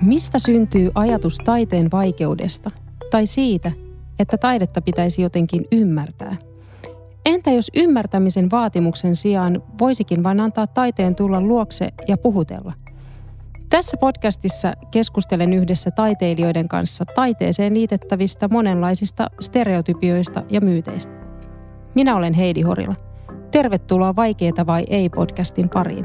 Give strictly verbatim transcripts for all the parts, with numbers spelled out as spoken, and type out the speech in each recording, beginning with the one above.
Mistä syntyy ajatus taiteen vaikeudesta tai siitä, että taidetta pitäisi jotenkin ymmärtää? Entä jos ymmärtämisen vaatimuksen sijaan voisikin vain antaa taiteen tulla luokse ja puhutella? Tässä podcastissa keskustelen yhdessä taiteilijoiden kanssa taiteeseen liitettävistä monenlaisista stereotypioista ja myyteistä. Minä olen Heidi Horila. Tervetuloa Vaikeeta vai ei podcastin pariin.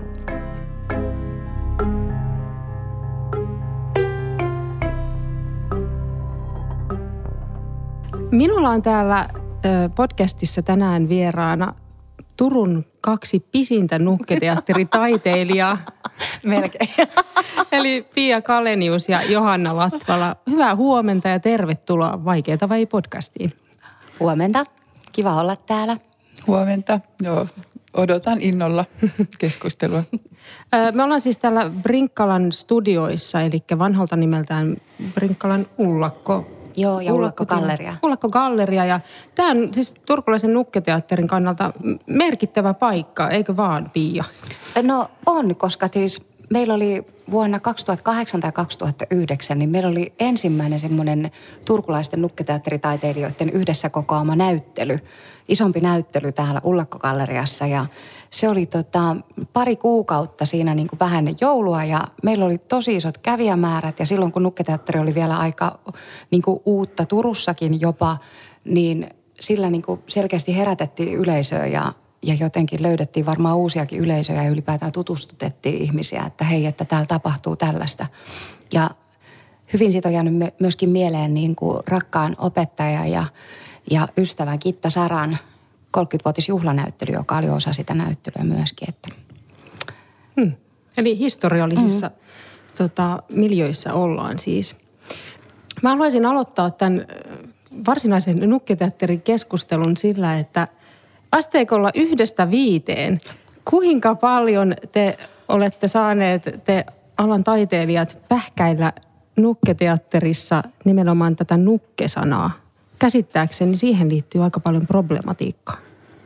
Minulla on täällä podcastissa tänään vieraana Turun kaksi pisintä nukketeatteritaiteilijaa. Melkein. Eli Pia Kalenius ja Johanna Latvala. Hyvää huomenta ja tervetuloa Vaikeeta vai podcastiin. Huomenta. Kiva olla täällä. Huomenta. Joo, odotan innolla keskustelua. Me ollaan siis täällä Brinkkalan studioissa, eli vanhalta nimeltään Brinkkalan Ullakko. Joo, ja Ullakko-galleria. Ullakko-galleria, ja tämä on siis turkulaisen nukketeatterin kannalta merkittävä paikka, eikö vaan, Pia? No on, koska siis meillä oli vuonna kaksituhattakahdeksan tai kaksituhattayhdeksän, niin meillä oli ensimmäinen semmoinen turkulaisten nukketeatteritaiteilijoiden yhdessä kokoama näyttely, isompi näyttely täällä Ullakko-galleriassa, ja se oli tota, pari kuukautta siinä niin kuin vähän joulua, ja meillä oli tosi isot kävijämäärät, ja silloin kun nukketeatteri oli vielä aika niin kuin uutta Turussakin jopa, niin sillä niin kuin selkeästi herätettiin yleisöä, ja Ja jotenkin löydettiin varmaan uusiakin yleisöjä ja ylipäätään tutustutettiin ihmisiä, että hei, että täällä tapahtuu tällaista. Ja hyvin siitä on jäänyt myöskin mieleen niin kuin rakkaan opettaja ja, ja ystävän Kitta Saran kolmekymmenvuotisjuhlanäyttely, joka oli osa sitä näyttelyä myöskin. Että. Hmm. Eli historiallisissa mm-hmm. tota, miljöissä ollaan siis. Mä haluaisin aloittaa tämän varsinaisen nukketeatterin keskustelun sillä, että asteikolla yhdestä viiteen, kuinka paljon te olette saaneet, te alan taiteilijat, pähkäillä nukketeatterissa nimenomaan tätä nukkesanaa? Käsittääkseni siihen liittyy aika paljon problematiikkaa.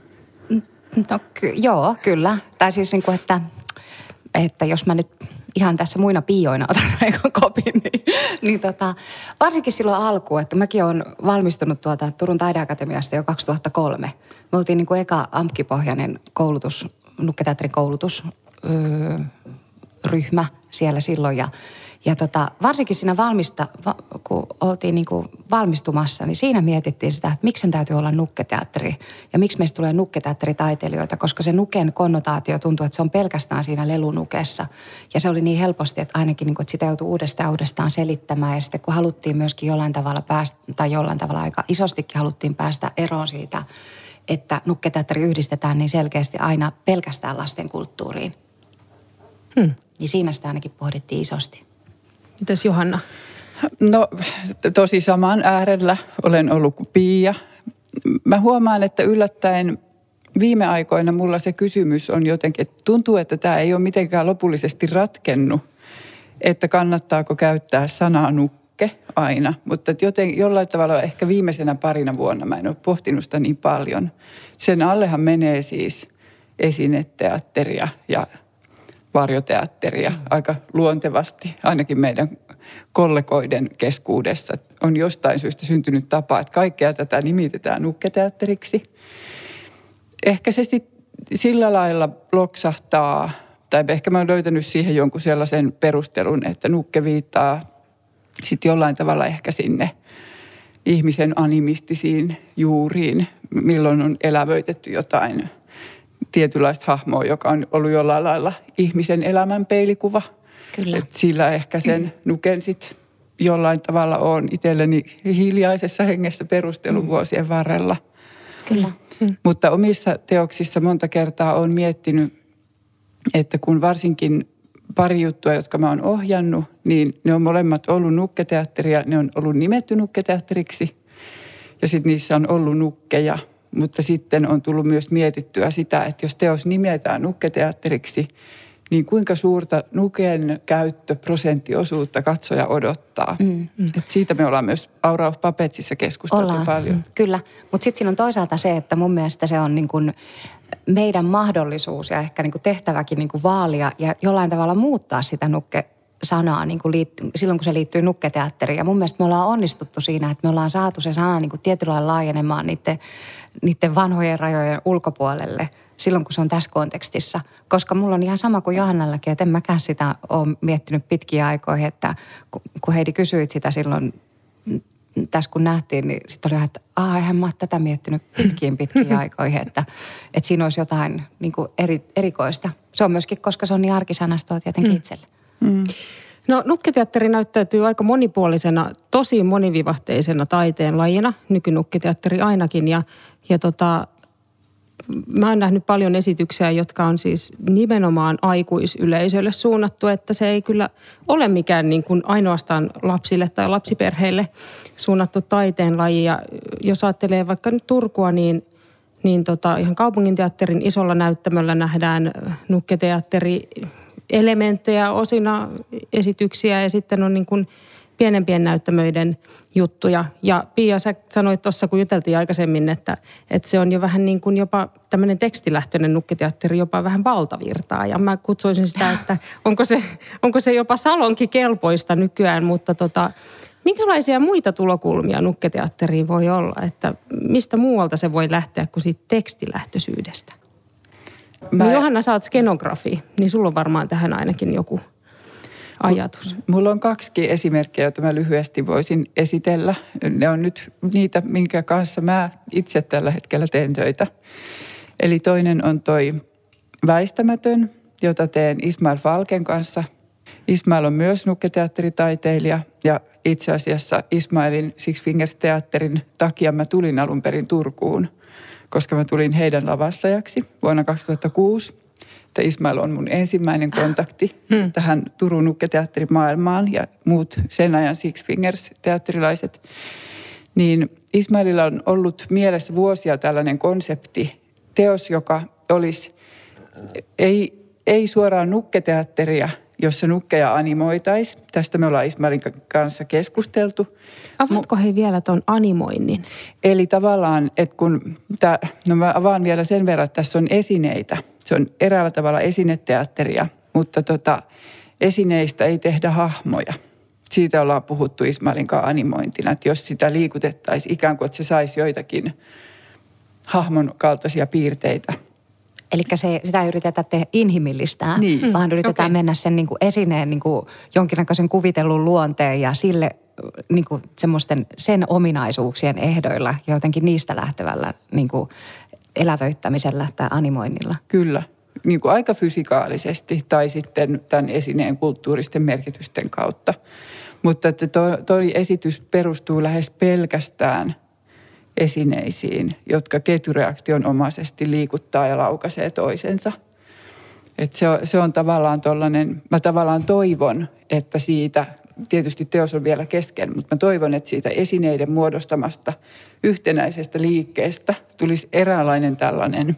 No ky- joo, kyllä. Tai siis niin kuin, että, että jos mä nyt ihan tässä muina piioina otan kopin, niin, niin tota, varsinkin silloin alkuun, että mäkin olen valmistunut tuolta Turun taideakatemiasta jo kaksituhattakolme. Me oltiin niin kuin eka A M K-pohjainen koulutus, nukketeatterin koulutusryhmä siellä silloin. Ja, ja tota, varsinkin siinä valmista, kun oltiin niin kuin valmistumassa, niin siinä mietittiin sitä, että miksi sen täytyy olla nukketeatteri ja miksi meistä tulee nukketeatteritaiteilijoita, koska se nuken konnotaatio tuntuu, että se on pelkästään siinä lelunukessa. Ja se oli niin helposti, että ainakin niin kuin, että sitä joutui uudestaan ja uudestaan selittämään. Ja sitten kun haluttiin myöskin jollain tavalla päästä, tai jollain tavalla aika isostikin haluttiin päästä eroon siitä, että nukketeatteri yhdistetään niin selkeästi aina pelkästään lasten kulttuuriin. Hmm. Niin siinä sitä ainakin pohdittiin isosti. Mitäs Johanna? No tosi saman äärellä olen ollut kuin Pia. Mä huomaan, että yllättäen viime aikoina mulla se kysymys on jotenkin, että tuntuu, että tämä ei ole mitenkään lopullisesti ratkennut, että kannattaako käyttää sanaa nukke aina. Mutta joten, jollain tavalla ehkä viimeisenä parina vuonna mä en ole pohtinut sitä niin paljon. Sen allehan menee siis esineteatteria ja varjoteatteria aika luontevasti, ainakin meidän kollegoiden keskuudessa. On jostain syystä syntynyt tapa, että kaikkea tätä nimitetään nukketeatteriksi. Ehkä se sitten sillä lailla loksahtaa, tai ehkä mä oon löytänyt siihen jonkun sellaisen perustelun, että nukke viittaa sitten jollain tavalla ehkä sinne ihmisen animistisiin juuriin, milloin on elävöitetty jotain tietynlaista hahmoa, joka on ollut jollain lailla ihmisen elämän peilikuva. Kyllä. Et sillä ehkä sen nuken sit jollain tavalla on itselleni hiljaisessa hengessä perustelun vuosien varrella. Kyllä. Mm. Mutta omissa teoksissa monta kertaa olen miettinyt, että kun varsinkin pari juttua, jotka mä oon ohjannut, niin ne on molemmat ollut nukketeatteria, ne on ollut nimetty nukketeatteriksi ja sitten niissä on ollut nukkeja. Mutta sitten on tullut myös mietittyä sitä, että jos teos nimetään nukketeatteriksi, niin kuinka suurta nuken käyttöprosenttiosuutta katsoja odottaa. Mm, mm. Et siitä me ollaan myös Aura of Puppetsissa keskusteltu ollaan. paljon. Mm, kyllä, mutta sitten siinä on toisaalta se, että mun mielestä se on niin kuin meidän mahdollisuus ja ehkä niin kuin tehtäväkin niin kuin vaalia ja jollain tavalla muuttaa sitä nukke sanaa niin kuin liitty, silloin, kun se liittyy nukketeatteriin. Ja mun mielestä me ollaan onnistuttu siinä, että me ollaan saatu se sana niin kuin tietyllä lailla laajenemaan niiden, niiden vanhojen rajojen ulkopuolelle silloin, kun se on tässä kontekstissa. Koska mulla on ihan sama kuin Johannallakin, että en mäkään sitä ole miettinyt pitkiä aikoihin, että kun Heidi kysyit sitä silloin tässä kun nähtiin, niin sitten oli ihan, että aah, eihän mä ole tätä miettinyt pitkiin pitkiin aikoihin, että, että siinä olisi jotain niin kuin eri, erikoista. Se on myöskin, koska se on niin arkisanastoa tietenkin mm. itselle. Mm. No nukketeatteri näyttäytyy aika monipuolisena, tosi monivivahteisena taiteenlajina, nykynukketeatteri ainakin. Ja, ja tota, mä oon nähnyt paljon esityksiä, jotka on siis nimenomaan aikuisyleisölle suunnattu, että se ei kyllä ole mikään niin kuin ainoastaan lapsille tai lapsiperheille suunnattu taiteenlaji. Ja jos ajattelee vaikka nyt Turkua, niin, niin tota, ihan kaupunginteatterin isolla näyttämöllä nähdään nukketeatteri elementtejä, osina esityksiä ja sitten on niin kuin pienempien näyttämöiden juttuja. Ja Pia, sä sanoit tuossa, kun juteltiin aikaisemmin, että, että se on jo vähän niin kuin jopa tämmöinen tekstilähtöinen nukketeatteri, jopa vähän valtavirtaa. Ja mä kutsuisin sitä, että onko se, onko se jopa salonkikelpoista nykyään, mutta tota, minkälaisia muita tulokulmia nukketeatteriin voi olla? Että mistä muualta se voi lähteä kuin siitä tekstilähtöisyydestä? Mä... No Johanna, sä oot skenografi, niin sulla on varmaan tähän ainakin joku ajatus. Mulla on kaksikin esimerkkiä, joita mä lyhyesti voisin esitellä. Ne on nyt niitä, minkä kanssa mä itse tällä hetkellä teen töitä. Eli toinen on toi Väistämätön, jota teen Ismail Falken kanssa. Ismail on myös nukketeatteritaiteilija ja itse asiassa Ismailin Six Fingers-teatterin takia mä tulin alun perin Turkuun, koska mä tulin heidän lavastajaksi vuonna kaksituhattakuusi. Että Ismail on mun ensimmäinen kontakti hmm. tähän Turun nukketeatterimaailmaan ja muut sen ajan Six Fingers-teatterilaiset. Niin Ismaililla on ollut mielessä vuosia tällainen konsepti, teos, joka olisi ei, ei suoraan nukketeatteria, jossa nukkeja animoitaisiin. Tästä me ollaan Ismailin kanssa keskusteltu. Avaatko he vielä tuon animoinnin? Eli tavallaan, että kun, tää, no mä avaan vielä sen verran, että tässä on esineitä. Se on eräällä tavalla esineteatteria, mutta tota, esineistä ei tehdä hahmoja. Siitä ollaan puhuttu Ismailin kanssa animointina, että jos sitä liikutettaisiin ikään kuin, että se saisi joitakin hahmon kaltaisia piirteitä. Eli se, sitä ei yritetä tehdä inhimillistää, niin. vaan yritetään okay. mennä sen niin kuin esineen niin kuin jonkinnäköisen kuvitellun luonteen ja sille niin kuin semmoisten sen ominaisuuksien ehdoilla, jotenkin niistä lähtevällä niin kuin elävöittämisellä tai animoinnilla. Kyllä, niin kuin aika fysikaalisesti tai sitten tämän esineen kulttuuristen merkitysten kautta. Mutta että toi, toi esitys perustuu lähes pelkästään esineisiin, jotka ketjureaktionomaisesti liikuttaa ja laukaisee toisensa. Et se, on, se on tavallaan tollainen, mä tavallaan toivon, että siitä, tietysti teos on vielä kesken, mutta mä toivon, että siitä esineiden muodostamasta yhtenäisestä liikkeestä tulisi eräänlainen tällainen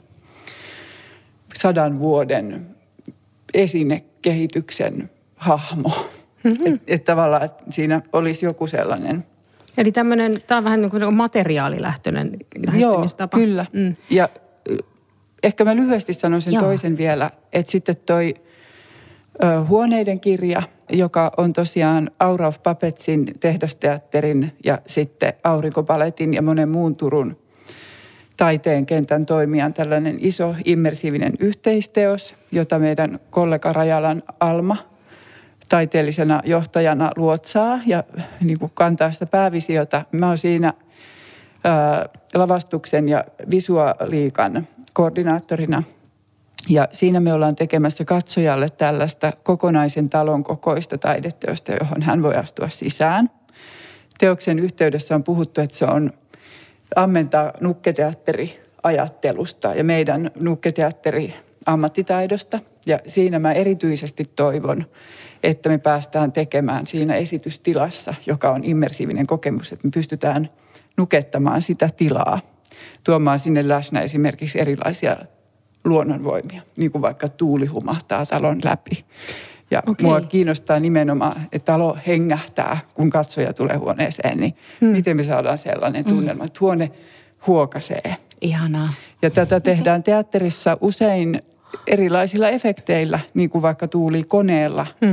sadan vuoden esinekehityksen hahmo. Mm-hmm. Että et tavallaan, että siinä olisi joku sellainen. Eli tämmöinen, tämä on vähän niin kuin materiaalilähtöinen lähestymistapa. Joo, kyllä. Mm. Ja ehkä mä lyhyesti sanon sen Joo. toisen vielä, että sitten toi ö, huoneiden kirja, joka on tosiaan Aura of Puppetsin tehdasteatterin ja sitten Aurinkopaletin ja monen muun Turun taiteen kentän toimijan tällainen iso immersiivinen yhteisteos, jota meidän kollega Rajalan Alma taiteellisena johtajana luotsaa ja niin kuin kantaa sitä päävisiota. Mä oon siinä ää, lavastuksen ja visuaaliikan koordinaattorina. Ja siinä me ollaan tekemässä katsojalle tällaista kokonaisen talon kokoista taideteosta, johon hän voi astua sisään. Teoksen yhteydessä on puhuttu, että se on ammentaa nukketeatteriajattelusta ja meidän nukketeatteri ammattitaidosta. Ja siinä mä erityisesti toivon, että me päästään tekemään siinä esitystilassa, joka on immersiivinen kokemus, että me pystytään nukettamaan sitä tilaa, tuomaan sinne läsnä esimerkiksi erilaisia luonnonvoimia, niin kuin vaikka tuuli humahtaa talon läpi. Ja okay. mua kiinnostaa nimenomaan, että talo hengähtää, kun katsoja tulee huoneeseen, niin hmm. miten me saadaan sellainen tunnelma, että huone huokasee. Ihanaa. Ja tätä tehdään teatterissa usein erilaisilla efekteillä, niin kuin vaikka tuulikoneella. Hmm.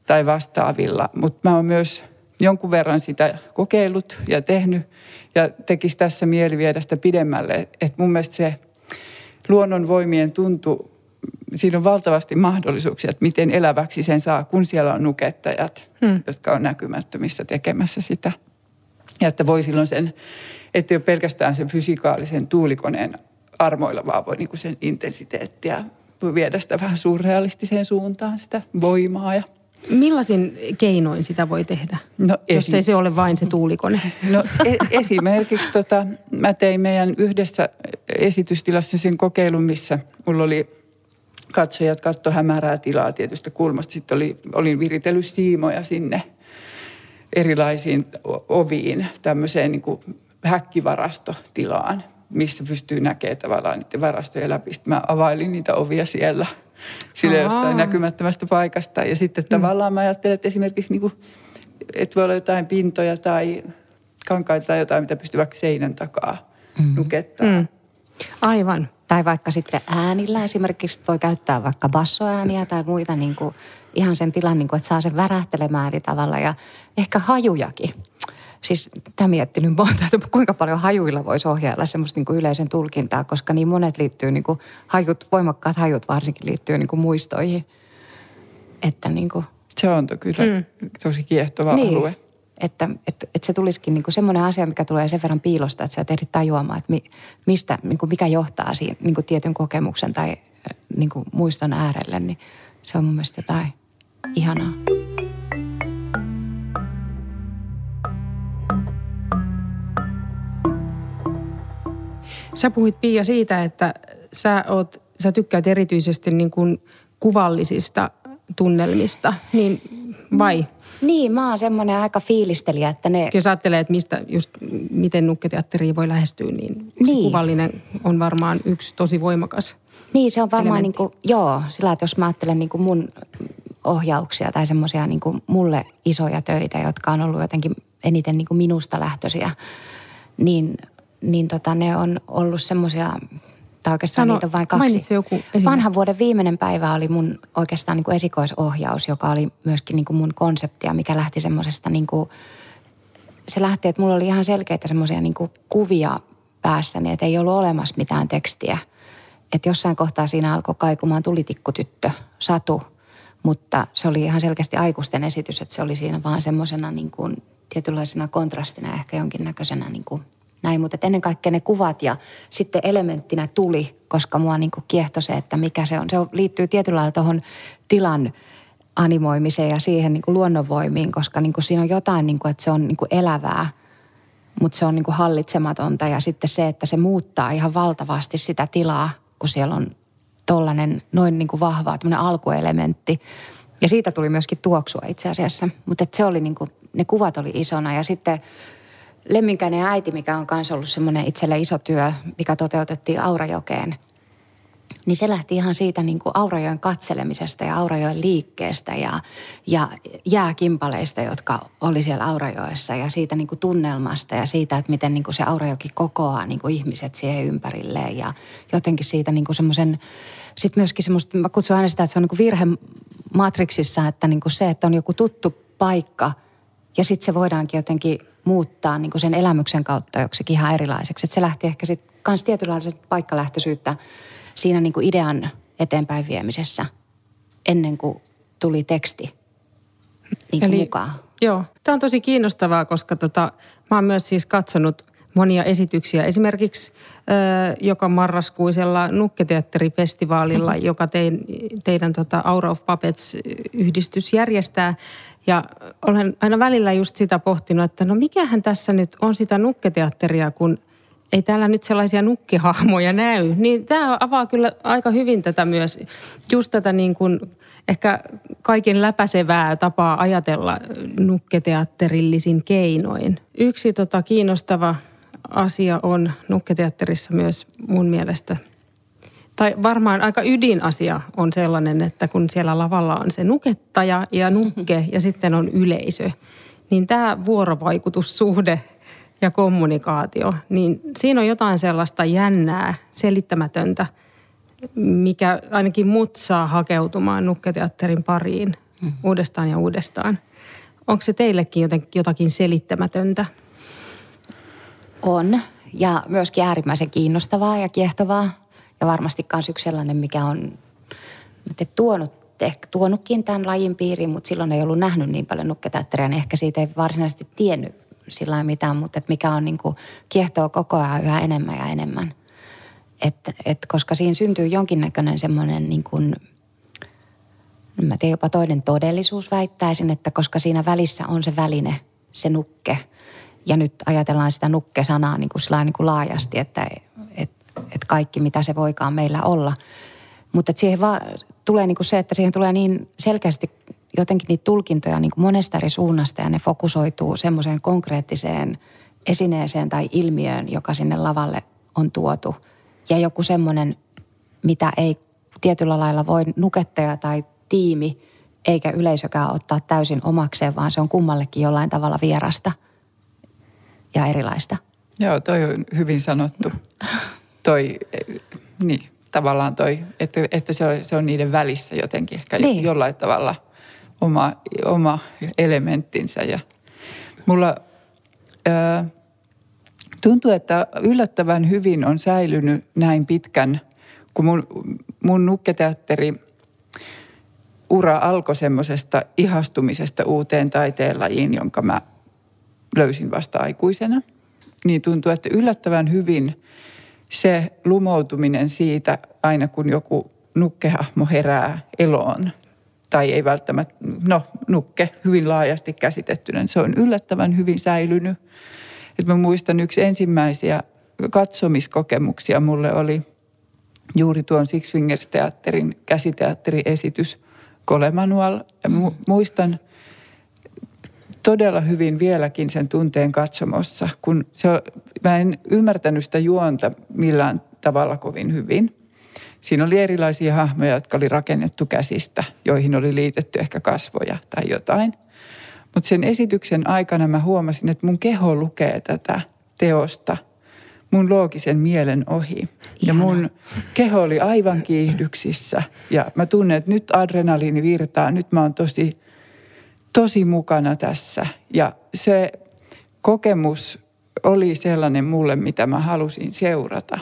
tai vastaavilla. Mutta mä oon myös jonkun verran sitä kokeillut ja tehnyt ja tekisi tässä mieli viedä sitä pidemmälle. Että mun mielestä se luonnonvoimien tuntu, siinä on valtavasti mahdollisuuksia, että miten eläväksi sen saa, kun siellä on nukettajat, hmm. jotka on näkymättömissä tekemässä sitä. Ja että voi silloin sen, ettei ole pelkästään sen fysikaalisen tuulikoneen armoilla, vaan voi niinku sen intensiteettiä voi viedä sitä vähän surrealistiseen suuntaan, sitä voimaa. Ja millaisin keinoin sitä voi tehdä, no, jos esi- ei se ole vain se tuulikone? No e- esimerkiksi tota, mä tein meidän yhdessä esitystilassa sen kokeilun, missä mulla oli katsojat katto hämärää tilaa tietystä kulmasta. Sitten oli, olin viritellyt siimoja sinne erilaisiin oviin, tämmöiseen niin kuin häkkivarastotilaan, missä pystyy näkemään tavallaan niiden varastojen läpi. Sitten mä availin niitä ovia siellä sille jostain näkymättömästä paikasta. Ja sitten mm. tavallaan mä ajattelen, että esimerkiksi niin kuin, että voi olla jotain pintoja tai kankaita tai jotain, mitä pystyy vaikka seinän takaa mm. nukettaa. Mm. Aivan. Tai vaikka sitten äänillä esimerkiksi voi käyttää vaikka bassoääniä tai muita niin kuin ihan sen tilan, niin kuin, että saa sen värähtelemään eri tavalla ja ehkä hajujakin. Siis tämä miettinyt monta, että kuinka paljon hajuilla voisi ohjailla semmoista niin kuin yleisen tulkintaa, koska niin monet liittyy, niin kuin hajut, voimakkaat hajut varsinkin liittyy niin kuin muistoihin. Että niin kuin se on to, kyllä mm. tosi kiehtova niin. alue. Että, että, että se tulisikin niin kuin semmoinen asia, mikä tulee sen verran piilosta, että sä et ehdi tajuamaan, että mi, mistä, niin kuin mikä johtaa siihen niin kuin tietyn kokemuksen tai niin kuin muiston äärelle, niin se on mun mielestä jotain ihanaa. Sä puhuit, Pia, siitä, että sä, oot, sä tykkäät erityisesti niin kuin kuvallisista tunnelmista, niin vai? Niin, mä oon semmoinen aika fiilistelijä, että ne jos ajattelee, että mistä just, miten nukketeatteria voi lähestyä, niin, niin. kuvallinen on varmaan yksi tosi voimakas Niin, se on varmaan niin kuin, joo, sillä että jos mä ajattelen niin kuin mun ohjauksia tai semmoisia niin kuin mulle isoja töitä, jotka on ollut jotenkin eniten niin kuin minusta lähtöisiä, niin, niin tota, ne on ollut semmoisia, tai oikeastaan Sano, niitä on vain kaksi. Joku Vanhan vuoden viimeinen päivä oli mun oikeastaan niin kuin esikoisohjaus, joka oli myöskin niin kuin mun konseptia, mikä lähti semmoisesta niin kuin, se lähti, että mulla oli ihan selkeitä semmoisia niin kuin kuvia päässäni, että ei ollut olemassa mitään tekstiä. Että jossain kohtaa siinä alkoi kaikumaan tulitikkutyttö, Satu, mutta se oli ihan selkeästi aikuisten esitys, että se oli siinä vaan semmoisena niin kuin tietynlaisena kontrastina, ehkä jonkinnäköisenä niin kuin näin. Mutta ennen kaikkea ne kuvat ja sitten elementtinä tuli, koska mua niin kuin kiehtoi se, että mikä se on. Se liittyy tietyllä lailla tuohon tilan animoimiseen ja siihen niin kuin luonnonvoimiin, koska niin kuin siinä on jotain, niin kuin, että se on niin kuin elävää, mutta se on niin kuin hallitsematonta. Ja sitten se, että se muuttaa ihan valtavasti sitä tilaa, kun siellä on tollainen noin niin kuin vahva tämmöinen alkuelementti. Ja siitä tuli myöskin tuoksua itse asiassa. Mutta se oli niin kuin, ne kuvat oli isona. Ja sitten Lemminkäinen ja äiti, mikä on kanssa ollut semmoinen itselle iso työ, mikä toteutettiin Aurajokeen. Niin se lähti ihan siitä niin kuin Aurajoen katselemisesta ja Aurajoen liikkeestä ja, ja jääkimpaleista, jotka oli siellä Aurajoessa. Ja siitä niin kuin tunnelmasta ja siitä, että miten niin kuin se Aurajoki kokoaa niin kuin ihmiset siihen ympärilleen. Ja jotenkin siitä niin kuin semmoisen, sitten myöskin semmoista, mä kutsun aina sitä, että se on niin kuin virhe Matrixissa, että niin kuin se, että on joku tuttu paikka ja sitten se voidaankin jotenkin muuttaa niin kuin sen elämyksen kautta joksikin ihan erilaiseksi. Että se lähti ehkä sitten kans tietynlaisesta paikkalähtöisyyttä siinä niin kuin idean eteenpäin viemisessä ennen kuin tuli teksti niin kuin Eli, mukaan. Joo, tämä on tosi kiinnostavaa, koska tota, mä oon myös siis katsonut monia esityksiä. Esimerkiksi ö, joka marraskuisella Nukketeatterifestivaalilla, mm-hmm. joka tein, teidän tota Aura of Puppets-yhdistys järjestää. Ja olen aina välillä just sitä pohtinut, että no mikähän tässä nyt on sitä nukketeatteria, kun ei täällä nyt sellaisia nukkehahmoja näy. Niin tämä avaa kyllä aika hyvin tätä myös, just tätä niin kuin ehkä kaiken läpäisevää tapaa ajatella nukketeatterillisin keinoin. Yksi tota kiinnostava asia on nukketeatterissa myös mun mielestä, tai varmaan aika ydinasia on sellainen, että kun siellä lavalla on se nukettaja ja nukke ja sitten on yleisö, niin tämä vuorovaikutussuhde ja kommunikaatio, niin siinä on jotain sellaista jännää, selittämätöntä, mikä ainakin mut saa hakeutumaan nukketeatterin pariin hmm. uudestaan ja uudestaan. Onko se teillekin jotenkin jotakin selittämätöntä? On. Ja myöskin äärimmäisen kiinnostavaa ja kiehtovaa. Ja varmasti myös yksi sellainen, mikä on tuonut, ehkä tuonutkin tämän lajin piiriin, mutta silloin ei ollut nähnyt niin paljon nukketeatteria, niin ehkä siitä ei varsinaisesti tiennyt sillä lailla mitään, mutta että mikä on niin kuin kiehtoo koko ajan yhä enemmän ja enemmän. Et, et koska siinä syntyy jonkinnäköinen semmoinen niin kuin, mä tiedän jopa toinen todellisuus väittäisin, että koska siinä välissä on se väline, se nukke. Ja nyt ajatellaan sitä nukke-sanaa niin kuin sillä niin kuin laajasti, että et, et kaikki mitä se voikaan meillä olla. Mutta siihen vaan tulee niin kuin se, että siihen tulee niin selkeästi jotenkin niitä tulkintoja niin kuin monesta eri suunnasta ja ne fokusoituu semmoiseen konkreettiseen esineeseen tai ilmiöön, joka sinne lavalle on tuotu. Ja joku semmoinen, mitä ei tietyllä lailla voi nukettaja tai tiimi eikä yleisökään ottaa täysin omakseen, vaan se on kummallekin jollain tavalla vierasta ja erilaista. Joo, toi on hyvin sanottu. Toi, niin, tavallaan toi, että, että se, on, se on niiden välissä jotenkin ehkä niin. jollain tavalla oma, oma elementtinsä. Ja mulla ää, tuntuu, että yllättävän hyvin on säilynyt näin pitkän, kun mun, mun nukketeatteri ura alkoi semmoisesta ihastumisesta uuteen taiteenlajiin, jonka mä löysin vasta aikuisena. Niin tuntuu, että yllättävän hyvin se lumoutuminen siitä, aina kun joku nukkehahmo herää eloon, tai ei välttämättä, no nukke hyvin laajasti käsitettynä, se on yllättävän hyvin säilynyt. Et mä muistan yksi ensimmäisiä katsomiskokemuksia mulle oli juuri tuon Six Fingers Teatterin käsiteatteriesitys Cole Manual. Ja mu- muistan todella hyvin vieläkin sen tunteen katsomossa, kun se, mä en ymmärtänyt sitä juonta millään tavalla kovin hyvin. Siinä oli erilaisia hahmoja, jotka oli rakennettu käsistä, joihin oli liitetty ehkä kasvoja tai jotain. Mutta sen esityksen aikana mä huomasin, että mun keho lukee tätä teosta mun loogisen mielen ohi. Ihana. Ja mun keho oli aivan kiihdyksissä ja mä tunnen, että nyt adrenaliini virtaa, nyt mä oon tosi, tosi mukana tässä. Ja se kokemus oli sellainen mulle, mitä mä halusin seurata.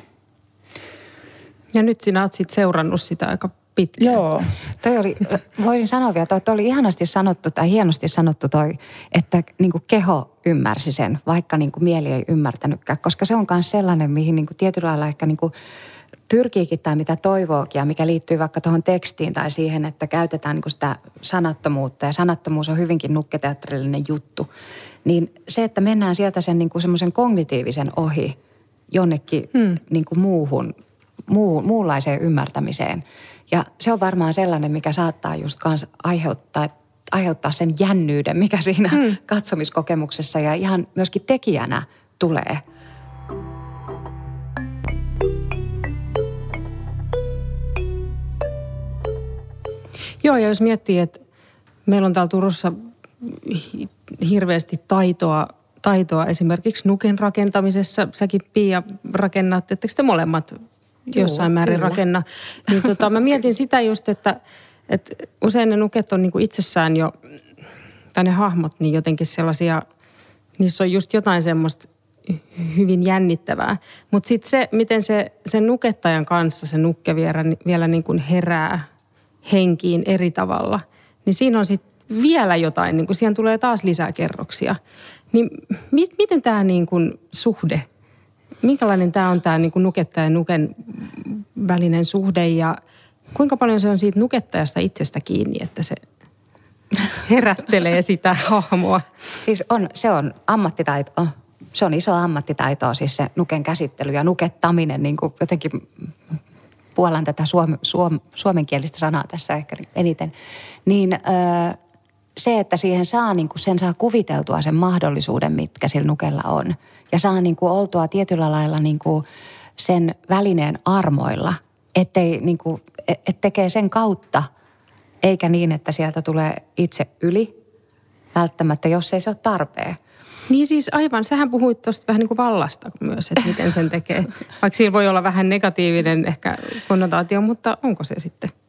Ja nyt sinä oot sitten seurannut sitä aika pitkään. Joo. Toi oli, voisin sanoa vielä, että oli ihanasti sanottu tai hienosti sanottu toi, että niin kuin keho ymmärsi sen, vaikka niin kuin mieli ei ymmärtänytkään. Koska se on myös sellainen, mihin niin kuin tietyllä lailla ehkä niin kuin pyrkiikin tai mitä toivookin ja mikä liittyy vaikka tuohon tekstiin tai siihen, että käytetään niin kuin sitä sanattomuutta. Ja sanattomuus on hyvinkin nukketeatterillinen juttu. Niin se, että mennään sieltä sen niin kuin semmoisen kognitiivisen ohi jonnekin hmm. niin kuin muuhun, muu, muunlaiseen ymmärtämiseen. Ja se on varmaan sellainen, mikä saattaa just kans aiheuttaa, aiheuttaa sen jännyyden, mikä siinä hmm. katsomiskokemuksessa ja ihan myöskin tekijänä tulee. Joo, ja jos miettii, että meillä on täällä Turussa hirveästi taitoa, taitoa esimerkiksi nuken rakentamisessa. Säkin, Pia, rakennat, etteikö te molemmat jossain määrin kyllä. rakenna. Niin tota, mä mietin sitä just, että, että usein ne nuket on niin kuin itsessään jo, tai ne hahmot, niin jotenkin sellaisia, niissä on just jotain semmoista hyvin jännittävää. Mutta sitten se, miten se sen nukettajan kanssa se nukke vielä, vielä niin kuin herää henkiin eri tavalla, niin siinä on sitten vielä jotain, niin kuin siihen tulee taas lisää kerroksia. Niin mi- miten tämä niin kuin suhde, minkälainen tämä on tämä niin kuin nukettajan ja nuken välinen suhde ja kuinka paljon se on siitä nukettajasta itsestä kiinni, että se herättelee sitä hahmoa? Siis on, se on ammattitaito. Se on iso ammattitaito, siis se nuken käsittely ja nukettaminen, niin kuin jotenkin puolan tätä suom, suom, suomenkielistä sanaa tässä ehkä eniten. Niin öö, se, että siihen saa, niin kuin sen saa kuviteltua sen mahdollisuuden, mitkä sillä nukella on. Ja saa niin kuin oltua tietyllä lailla niin kuin sen välineen armoilla, ettei niin kuin, et tekee sen kautta, eikä niin, että sieltä tulee itse yli välttämättä, jos ei se ole tarpeen. Niin siis aivan, sähän puhuit tuosta vähän niin kuin vallasta myös, että miten sen tekee. Vaikka siinä voi olla vähän negatiivinen ehkä konnotaatio, mutta onko se sitten?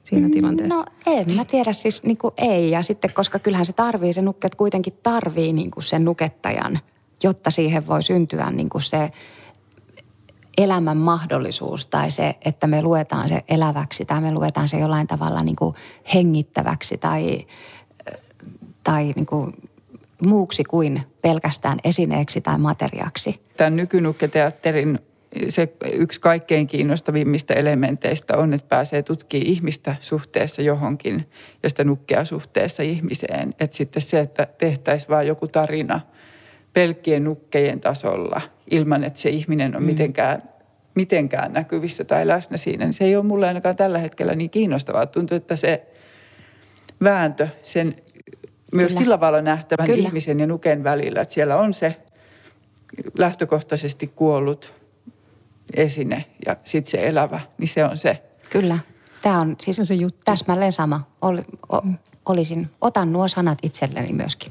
siinä tilanteessa? No en mä tiedä, siis niin kuin ei. Ja sitten, koska kyllähän se tarvii, se nukket kuitenkin tarvii niin kuin sen nukettajan, jotta siihen voi syntyä niin kuin se elämän mahdollisuus tai se, että me luetaan se eläväksi tai me luetaan se jollain tavalla niin kuin hengittäväksi tai, tai niin kuin muuksi kuin pelkästään esineeksi tai materiaksi. Tämän nykynukketeatterin se yksi kaikkein kiinnostavimmista elementeistä on, että pääsee tutkimaan ihmistä suhteessa johonkin ja sitä nukkea suhteessa ihmiseen. Että sitten se, että tehtäisiin vaan joku tarina pelkkien nukkejen tasolla ilman, että se ihminen on mm. mitenkään, mitenkään näkyvissä tai läsnä siinä, niin se ei ole mulle ainakaan tällä hetkellä niin kiinnostavaa. Tuntuu, että se vääntö sen myös Kyllä. sillä tavalla nähtävän Kyllä. ihmisen ja nuken välillä, että siellä on se lähtökohtaisesti kuollut esine ja sitten se elävä, niin se on se. Kyllä. Tämä on siis se juttu. Täsmälleen sama. Ol, o, olisin, otan nuo sanat itselleni myöskin.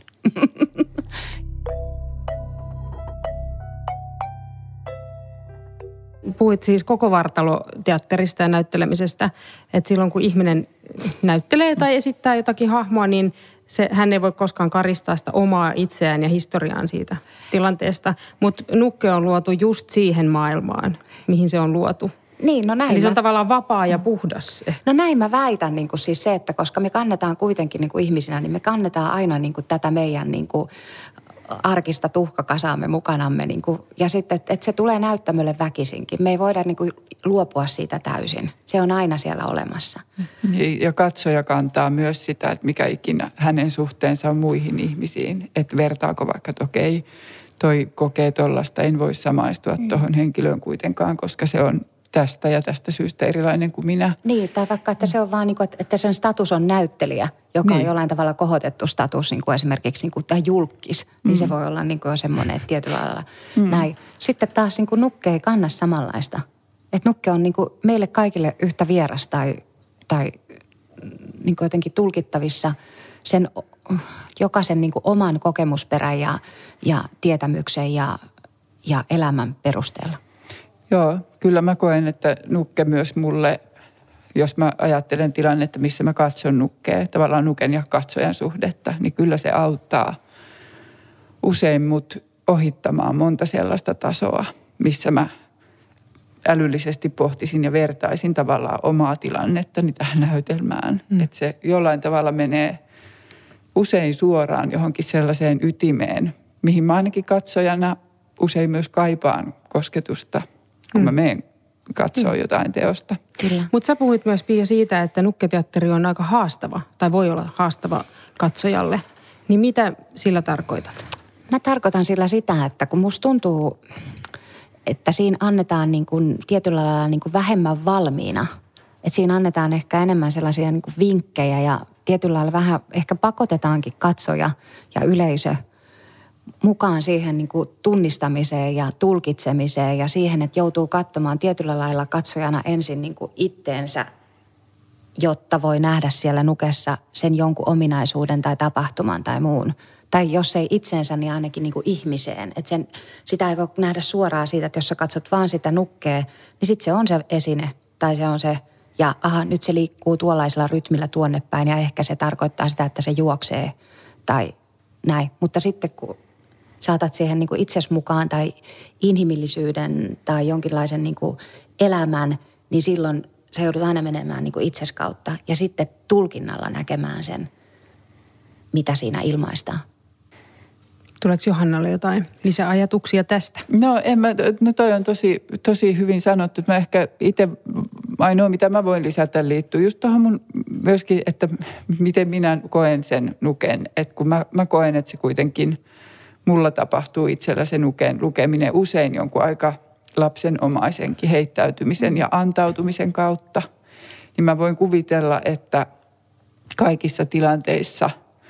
Puhuit siis koko vartaloteatterista ja näyttelemisestä, että silloin kun ihminen näyttelee tai esittää jotakin hahmoa, niin se, hän ei voi koskaan karistaa sitä omaa itseään ja historiaan siitä tilanteesta. Mutta nukke on luotu just siihen maailmaan, mihin se on luotu. Niin, no näin. Eli se on mä... tavallaan vapaa ja puhdas. No näin mä väitän niin kuin siis se, että koska me kannetaan kuitenkin niin kuin ihmisinä, niin me kannetaan aina niin kuin tätä meidän niin kuin arkista tuhkakasaamme mukanamme. Niin kuin, ja sitten, että, että se tulee näyttämölle väkisinkin. Me ei voida niin kuin luopua siitä täysin. Se on aina siellä olemassa. Ja katsoja kantaa myös sitä, että mikä ikinä hänen suhteensa on muihin ihmisiin. Että vertaako vaikka, että okei, toi kokee tollasta, en voi samaistua mm. tuohon henkilöön kuitenkaan, koska se on tästä ja tästä syystä erilainen kuin minä. Niin, tai vaikka, että se on vaan niin kuin, että sen status on näyttelijä, joka niin. on jollain tavalla kohotettu status, niin kuin esimerkiksi niin kuin tämä julkis, mm. niin se voi olla niin kuin jo semmoinen, että tietyllä lailla mm. näin. Sitten taas niin kuin nukke ei kanna samanlaista. Että nukke on niin kuin meille kaikille yhtä vieras tai, tai niin kuin jotenkin tulkittavissa sen jokaisen niin kuin oman kokemusperän ja, ja tietämyksen ja, ja elämän perusteella. Joo, kyllä mä koen, että nukke myös mulle, jos mä ajattelen tilannetta, missä mä katson nukkea, tavallaan nuken ja katsojan suhdetta, niin kyllä se auttaa usein mut ohittamaan monta sellaista tasoa, missä mä älyllisesti pohtisin ja vertaisin tavallaan omaa tilannettani tähän näytelmään. Mm. Että se jollain tavalla menee usein suoraan johonkin sellaiseen ytimeen, mihin mä ainakin katsojana usein myös kaipaan kosketusta, kun mä menen katsoa jotain teosta. Kyllä. Mutta sä puhuit myös, Pia, siitä, että nukketeatteri on aika haastava, tai voi olla haastava katsojalle. Niin mitä sillä tarkoitat? Mä tarkoitan sillä sitä, että kun musta tuntuu, että siinä annetaan niin kuin tietyllä lailla niin kuin vähemmän valmiina. Että siinä annetaan ehkä enemmän sellaisia niin kuin vinkkejä ja tietyllä lailla vähän ehkä pakotetaankin katsoja ja yleisö mukaan siihen niin kuin tunnistamiseen ja tulkitsemiseen ja siihen, että joutuu katsomaan tietyllä lailla katsojana ensin niin kuin itteensä, jotta voi nähdä siellä nukessa sen jonkun ominaisuuden tai tapahtuman tai muun. Tai jos ei itseensä, niin ainakin niin kuin ihmiseen. Että sen, sitä ei voi nähdä suoraan siitä, että jos sä katsot vaan sitä nukkea, niin sitten se on se esine tai se on se, ja aha, nyt se liikkuu tuollaisella rytmillä tuonne päin ja ehkä se tarkoittaa sitä, että se juoksee tai näin. Mutta sitten kun saatat siihen niin kuin itses mukaan tai inhimillisyyden tai jonkinlaisen niin kuin elämän, niin silloin sä joudut aina menemään niin kuin itses kautta ja sitten tulkinnalla näkemään sen, mitä siinä ilmaistaan. Tuleeko Johannalle jotain lisäajatuksia tästä? No, en mä, no toi on tosi, tosi hyvin sanottu. Mä ehkä itse, ainoa mitä mä voin lisätä liittyy just tuohon mun myöskin, että miten minä koen sen nuken. Että kun mä, mä koen, että se kuitenkin mulla tapahtuu itsellä se nuken lukeminen usein jonkun aika lapsenomaisenkin heittäytymisen ja antautumisen kautta. Niin mä voin kuvitella, että kaikissa tilanteissa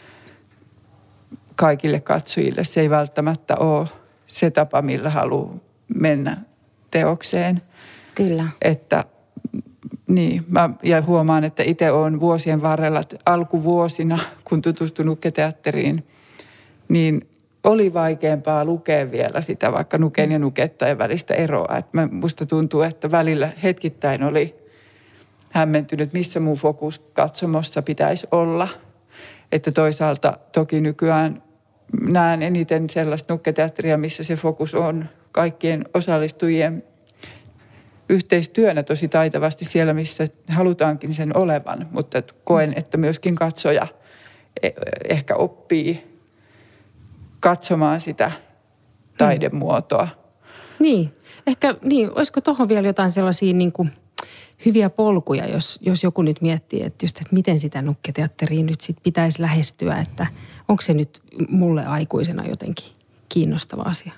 kaikille katsojille se ei välttämättä ole se tapa, millä haluaa mennä teokseen. Kyllä. Että niin, mä ja huomaan, että itse olen vuosien varrella, että alkuvuosina, kun tutustuin nukketeatteriin, niin oli vaikeampaa lukea vielä sitä vaikka nuken ja nukettajan välistä eroa. Että musta tuntuu, että välillä hetkittäin oli hämmentynyt, missä mun fokus katsomossa pitäisi olla. Että toisaalta toki nykyään näen eniten sellaista nukketeatteria, missä se fokus on kaikkien osallistujien yhteistyönä tosi taitavasti siellä, missä halutaankin sen olevan. Mutta koen, että myöskin katsoja ehkä oppii katsomaan sitä taidemuotoa. Niin, ehkä niin, olisiko tuohon vielä jotain sellaisia niin kuin hyviä polkuja, jos, jos joku nyt miettii, että just, että miten sitä nukketeatteria nyt sit pitäisi lähestyä, että onko se nyt mulle aikuisena jotenkin kiinnostava asia?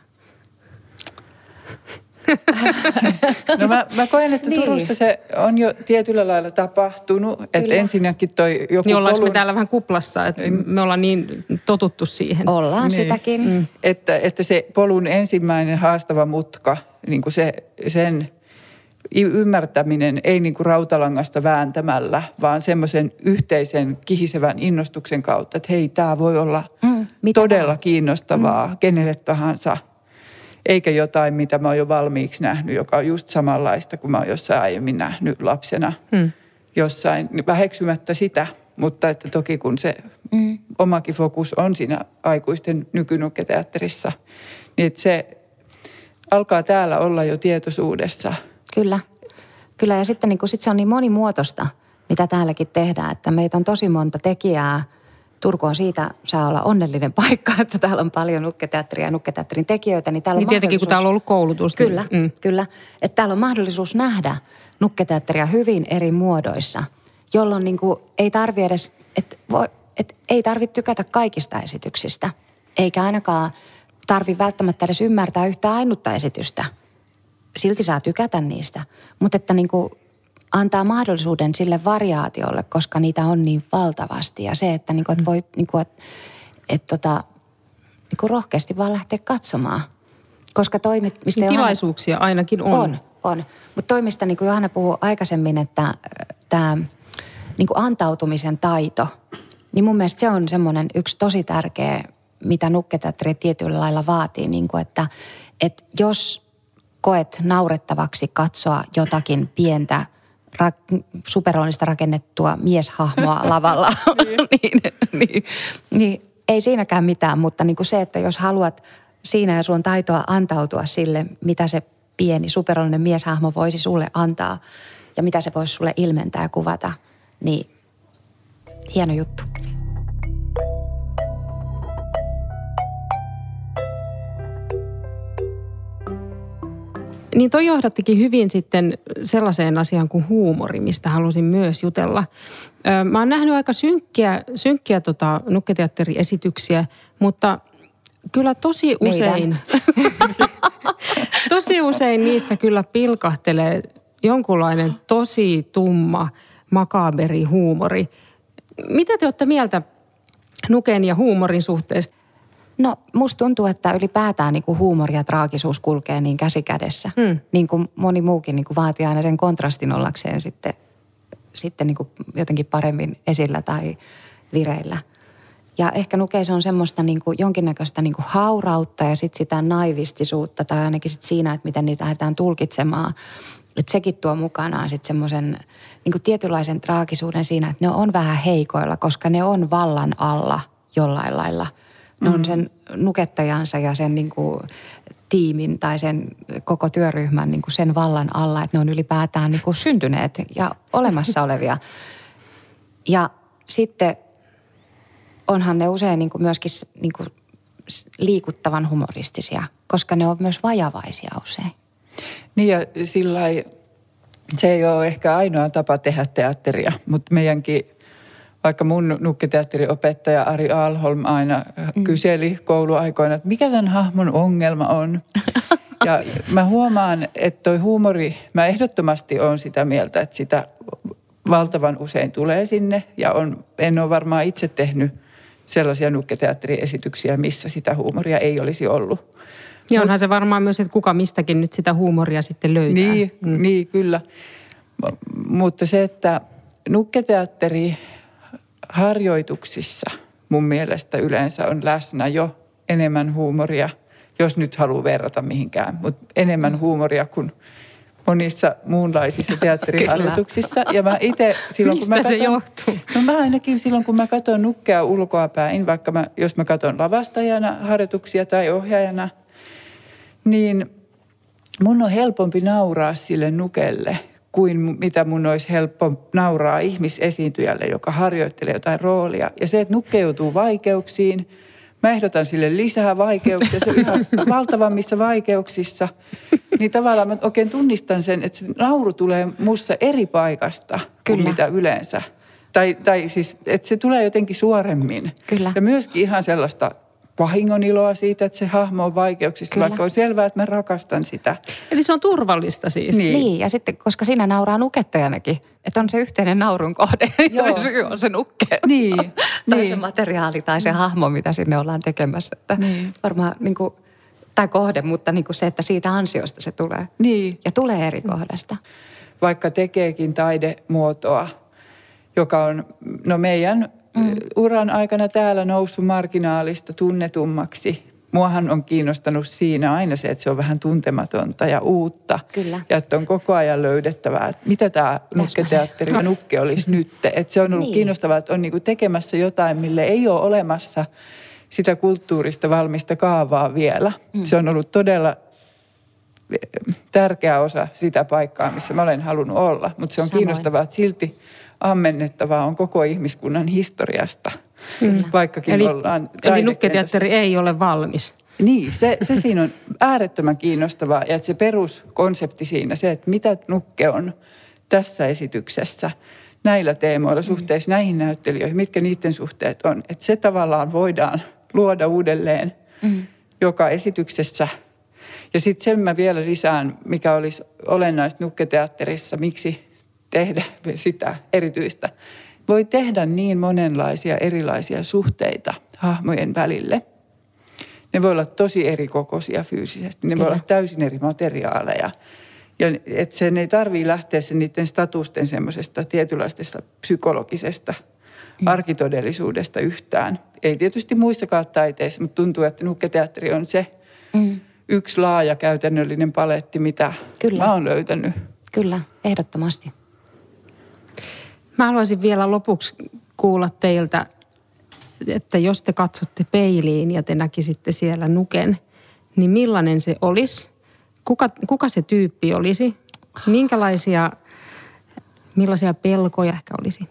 No mä, mä koen, että niin. Turussa se on jo tietyllä lailla tapahtunut, että Kyllä. ensinnäkin toi joku niin ollaanko polun... me täällä vähän kuplassa, että me ollaan niin totuttu siihen. Ollaan niin. sitäkin. Mm. Että, että se polun ensimmäinen haastava mutka, niin kuin se, sen ymmärtäminen ei niin kuin rautalangasta vääntämällä, vaan semmoisen yhteisen kihisevän innostuksen kautta, että hei, tämä voi olla mm, todella on? kiinnostavaa mm. kenelle tahansa. Eikä jotain, mitä mä oon jo valmiiksi nähnyt, joka on just samanlaista kuin mä oon jossain aiemmin nähnyt lapsena mm. jossain. Väheksymättä sitä, mutta että toki kun se mm. omakin fokus on siinä aikuisten nykynukketeatterissa, niin että se alkaa täällä olla jo tietoisuudessa. Kyllä, kyllä ja sitten niin kun sit se on niin monimuotoista, mitä täälläkin tehdään, että meitä on tosi monta tekijää. Turku on siitä, saa olla onnellinen paikka, että täällä on paljon nukketeatteria ja nukketeatterin tekijöitä. Niin, täällä on niin tietenkin, kun täällä on ollut koulutus. Kyllä, niin, mm. kyllä. Että täällä on mahdollisuus nähdä nukketeatteria hyvin eri muodoissa, jolloin niin kuin ei tarvi edes, että et ei tarvitse tykätä kaikista esityksistä. Eikä ainakaan tarvi välttämättä edes ymmärtää yhtä ainutta esitystä. Silti saa tykätä niistä, mutta että niin kuin antaa mahdollisuuden sille variaatiolle, koska niitä on niin valtavasti. Ja se, että, niin kuin, että voi niin kuin, että, että, tota, niin kuin rohkeasti vaan lähteä katsomaan. Koska toimit, mistä niin Johanna, tilaisuuksia ainakin on. On, on. Mutta toimista, niin kuin Johanna puhui aikaisemmin, että tämä niin kuin antautumisen taito, niin mun mielestä se on semmoinen yksi tosi tärkeä, mitä nukketeatteri tietyllä lailla vaatii. Niin kuin, että, että jos koet naurettavaksi katsoa jotakin pientä, Ra- superoonista rakennettua mieshahmoa lavalla, niin, niin, niin ei siinäkään mitään, mutta niin kuin se, että jos haluat siinä ja sun on taitoa antautua sille, mitä se pieni superooninen mieshahmo voisi sulle antaa ja mitä se voisi sulle ilmentää ja kuvata, niin hieno juttu. Niin toi johdattikin hyvin sitten sellaiseen asiaan kuin huumori, mistä halusin myös jutella. Mä oon nähnyt aika synkkiä, synkkiä tota nukketeatteriesityksiä, mutta kyllä tosi usein, tosi usein niissä kyllä pilkahtelee jonkunlainen tosi tumma, makaberi huumori. Mitä te olette mieltä nuken ja huumorin suhteesta? No musta tuntuu, että ylipäätään niin kuin huumori ja traagisuus kulkee niin käsi kädessä. Hmm. Niin kuin moni muukin niin kuin vaatii aina sen kontrastin ollakseen sitten, sitten niin kuin jotenkin paremmin esillä tai vireillä. Ja ehkä nukeissa on semmoista niin kuin jonkinnäköistä niin kuin haurautta ja sitten sitä naivistisuutta tai ainakin sit siinä, että miten niitä lähdetään tulkitsemaan. Että sekin tuo mukanaan sitten semmoisen niin kuin tietynlaisen traagisuuden siinä, että ne on vähän heikoilla, koska ne on vallan alla jollain lailla. Ne on sen nukettajansa ja sen niin kuin tiimin tai sen koko työryhmän niin kuin sen vallan alla, että ne on ylipäätään niin kuin syntyneet ja olemassa olevia. Ja sitten onhan ne usein niin kuin myöskin niin kuin liikuttavan humoristisia, koska ne on myös vajavaisia usein. Niin ja sillai, se ei ole ehkä ainoa tapa tehdä teatteria, mutta meidänkin vaikka mun nukketeatteriopettaja Ari Alholm aina mm. kyseli kouluaikoina, että mikä tämän hahmon ongelma on. Ja mä huomaan, että toi huumori, mä ehdottomasti olen sitä mieltä, että sitä valtavan usein tulee sinne. Ja on, en ole varmaan itse tehnyt sellaisia nukketeatteriesityksiä, missä sitä huumoria ei olisi ollut. Ja onhan Mut, se varmaan myös, että kuka mistäkin nyt sitä huumoria sitten löytää. Niin, mm. niin kyllä. Mutta se, että nukketeatteri harjoituksissa mun mielestä yleensä on läsnä jo enemmän huumoria, jos nyt haluaa verrata mihinkään, mutta enemmän huumoria kuin monissa muunlaisissa teatteriharjoituksissa. Ja mä itse silloin, Mistä kun mä se katon, johtuu? No mä ainakin silloin, kun mä katson nukkea ulkoapäin, vaikka mä, jos mä katson lavastajana harjoituksia tai ohjaajana, niin mun on helpompi nauraa sille nukelle kuin mitä mun olisi helppo nauraa ihmisesiintyjälle, joka harjoittelee jotain roolia. Ja se, että nukke joutuu vaikeuksiin, mä ehdotan sille lisää vaikeuksia, se on yhä valtavammissa vaikeuksissa. Niin tavallaan mä oikein tunnistan sen, että se nauru tulee musta eri paikasta kuin Kyllä. mitä yleensä. Tai, tai siis, että se tulee jotenkin suoremmin. Kyllä. Ja myöskin ihan sellaista vahingoniloa siitä, että se hahmo on vaikeuksissa, Kyllä. vaikka on selvää, että mä rakastan sitä. Eli se on turvallista siis. Niin. Niin, ja sitten, koska siinä nauraa nukettajanakin, että on se yhteinen naurun kohde, ja se syy on se nukke. Niin, tai niin. se materiaali tai se hahmo, mitä sinne ollaan tekemässä. Että Niin. varmaan, niin kuin, tai kohde, mutta niin kuin se, että siitä ansiosta se tulee. Niin. Ja tulee eri kohdasta. Vaikka tekeekin taidemuotoa, joka on no meidän mm. uran aikana täällä noussut marginaalista tunnetummaksi. Muahan on kiinnostanut siinä aina se, että se on vähän tuntematonta ja uutta. Kyllä. Ja että on koko ajan löydettävää, että mitä tämä nukketeatteri ja nukke olisi nyt. Että se on ollut Niin. kiinnostavaa, että on niinku tekemässä jotain, mille ei ole olemassa sitä kulttuurista valmista kaavaa vielä. Mm. Se on ollut todella tärkeä osa sitä paikkaa, missä mä olen halunnut olla. Mutta se on Samoin. kiinnostavaa, että silti ammennettavaa on koko ihmiskunnan historiasta. Kyllä. Vaikkakin Eli, ollaan eli taidekentässä. nukketeatteri ei ole valmis. Niin, se, se siinä on äärettömän kiinnostavaa. Ja että se peruskonsepti siinä, se, että mitä nukke on tässä esityksessä, näillä teemoilla suhteessa näihin näyttelijöihin, mitkä niiden suhteet on. Että se tavallaan voidaan luoda uudelleen mm. joka esityksessä. Ja sitten sen mä vielä lisään, mikä olisi olennaista nukketeatterissa, miksi tehdä sitä erityistä. Voi tehdä niin monenlaisia erilaisia suhteita hahmojen välille. Ne voi olla tosi eri kokoisia fyysisesti, ne Kyllä. voi olla täysin eri materiaaleja. Ja että sen ei tarvitse lähteä sen niiden statusten semmoisesta tietynlaisesta psykologisesta mm. arkitodellisuudesta yhtään. Ei tietysti muissakaan taiteissa, mutta tuntuu, että nukketeatteri on se mm. yksi laaja käytännöllinen paletti, mitä Kyllä. mä oon löytänyt. Kyllä, ehdottomasti. Mä haluaisin vielä lopuksi kuulla teiltä, että jos te katsotte peiliin ja te näkisitte siellä nuken, niin millainen se olisi? Kuka, kuka se tyyppi olisi? Minkälaisia, millaisia pelkoja ehkä olisi?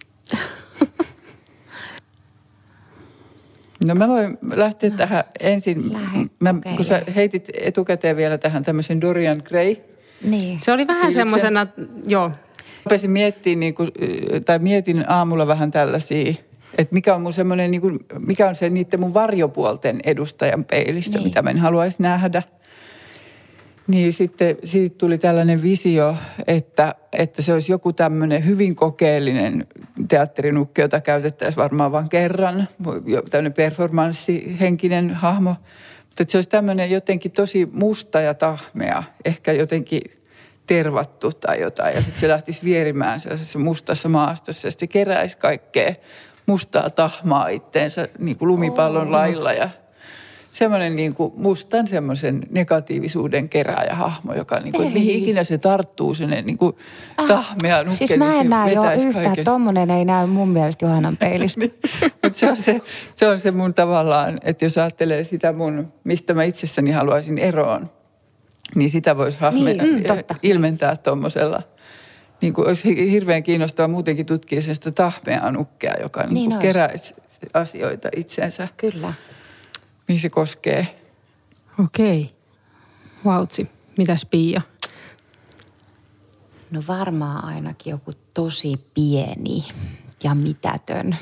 No mä voin lähteä no, tähän ensin. Lähde Mä, kun sä heitit etukäteen vielä tähän tämmöisen Dorian Gray. Niin. Se oli vähän semmoisena, joo. Rupesin miettimään, niin kuin, tai mietin aamulla vähän tällaisia, että mikä on mun semmoinen, niin kuin, mikä on se niiden mun varjopuolten edustajan peilistä, niin. mitä mä en haluaisi nähdä. Niin sitten siitä tuli tällainen visio, että, että se olisi joku tämmöinen hyvin kokeellinen teatterinukke, jota käytettäisiin varmaan vain kerran. Tämmöinen performanssihenkinen hahmo. Mutta että se olisi tämmöinen jotenkin tosi musta ja tahmea, ehkä jotenkin tervattu tai jotain. Ja sitten se lähtisi vierimään sellaisessa mustassa maastossa ja sitten se keräisi kaikkea mustaa tahmaa itteensä niin kuin lumipallon oh. lailla ja semmoinen niin kuin mustan semmoisen negatiivisuuden kerääjähahmo, joka niin kuin, mihin ikinä se tarttuu, sellainen niin kuin tahmea nukke. Siis mä en niin näe jo yhtään, kaiken. Tommonen ei näy mun mielestä Johannan peilistä. Mutta se on se, se on se mun tavallaan, että jos ajattelee sitä mun, mistä mä itsessäni haluaisin eroon, niin sitä voisi hahme, niin, mm, totta. ilmentää tuommoisella. Niin kuin olisi hirveän kiinnostavaa muutenkin tutkia sitä tahmeaa nukkea, joka niin Niin kuin keräisi asioita itsensä. Kyllä. Mihin se koskee. Okei. Vautsi. Mitäs Pia? No varmaan ainakin joku tosi pieni ja mitätön.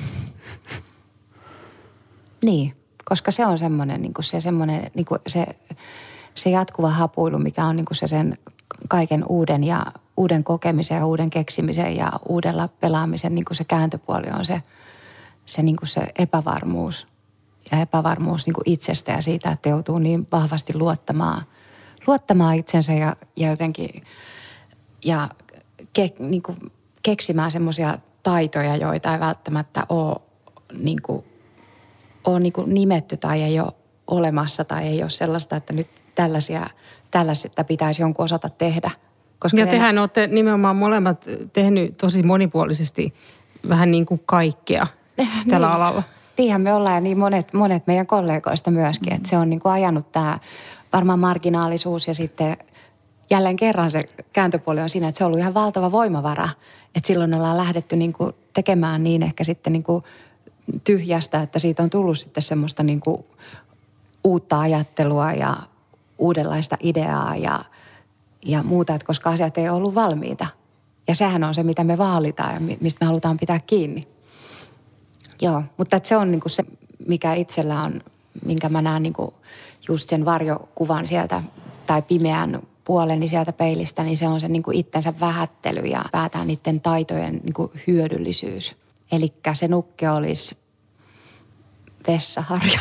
Niin, koska se on semmoinen, niin kuin se, semmoinen, niin kuin se, se jatkuva hapuilu, mikä on niin kuin se sen kaiken uuden ja uuden kokemisen ja uuden keksimisen ja uudella pelaamisen niin kuin se kääntöpuoli on se, se, niin kuin se epävarmuus. Ja epävarmuus niin kuin itsestä ja siitä, että joutuu niin vahvasti luottamaan, luottamaan itsensä ja, ja jotenkin ja ke, niin kuin keksimään semmoisia taitoja, joita ei välttämättä ole, niin kuin, ole niin kuin nimetty tai ei ole olemassa tai ei ole sellaista, että nyt tällaisia, tällaista pitäisi jonkun osata tehdä. Koska ja tehän ne... olette nimenomaan molemmat tehnyt tosi monipuolisesti vähän niin kuin kaikkea tällä niin. alalla. Niinhän me ollaan ja niin monet, monet meidän kollegoista myöskin, mm-hmm. että se on niin kuin ajanut tämä varmaan marginaalisuus ja sitten jälleen kerran se kääntöpuoli on siinä, että se on ollut ihan valtava voimavara. Että silloin ollaan lähdetty niin kuin tekemään niin ehkä sitten niin kuin tyhjästä, että siitä on tullut sitten semmoista niin kuin uutta ajattelua ja uudenlaista ideaa ja, ja muuta, että koska asiat ei ollut valmiita. Ja sehän on se, mitä me vaalitaan ja mistä me halutaan pitää kiinni. Joo, mutta että se on niin kuin se, mikä itsellä on, minkä mä näen niin kuin just sen varjokuvan sieltä tai pimeän puoleni sieltä peilistä, niin se on se niin kuin itsensä vähättely ja päätään niiden taitojen niin kuin hyödyllisyys. Elikkä se nukke olisi vessaharja.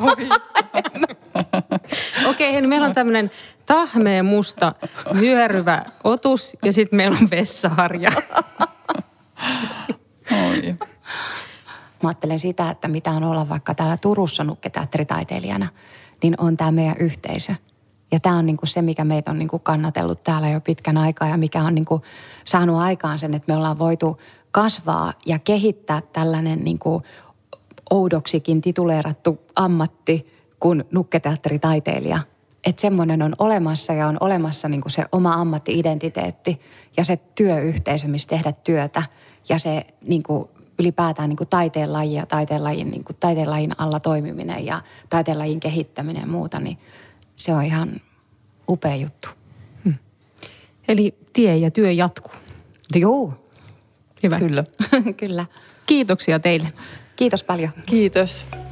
Okei, okay, meillä on tämmöinen tahmeen musta vyöryvä otus ja sitten meillä on vessaharja. Oi. Mä ajattelen sitä, että mitä on olla vaikka täällä Turussa nukketeatteritaiteilijana, niin on tämä meidän yhteisö. Ja tämä on niinku se, mikä meitä on niinku kannatellut täällä jo pitkän aikaa ja mikä on niinku saanut aikaan sen, että me ollaan voitu kasvaa ja kehittää tällainen niinku oudoksikin tituleerattu ammatti kuin nukketeatteritaiteilija. Että semmoinen on olemassa ja on olemassa niinku se oma ammatti-identiteetti ja se työyhteisö, missä tehdä työtä ja se niinku ylipäätään niin kuin taiteenlaji ja taiteenlajin, niin kuin taiteenlajin alla toimiminen ja taiteenlajin kehittäminen ja muuta, niin se on ihan upea juttu. Hmm. Eli tie ja työ jatkuu. Joo. Hyvä. Kyllä. Kyllä. Kiitoksia teille. Kiitos paljon. Kiitos.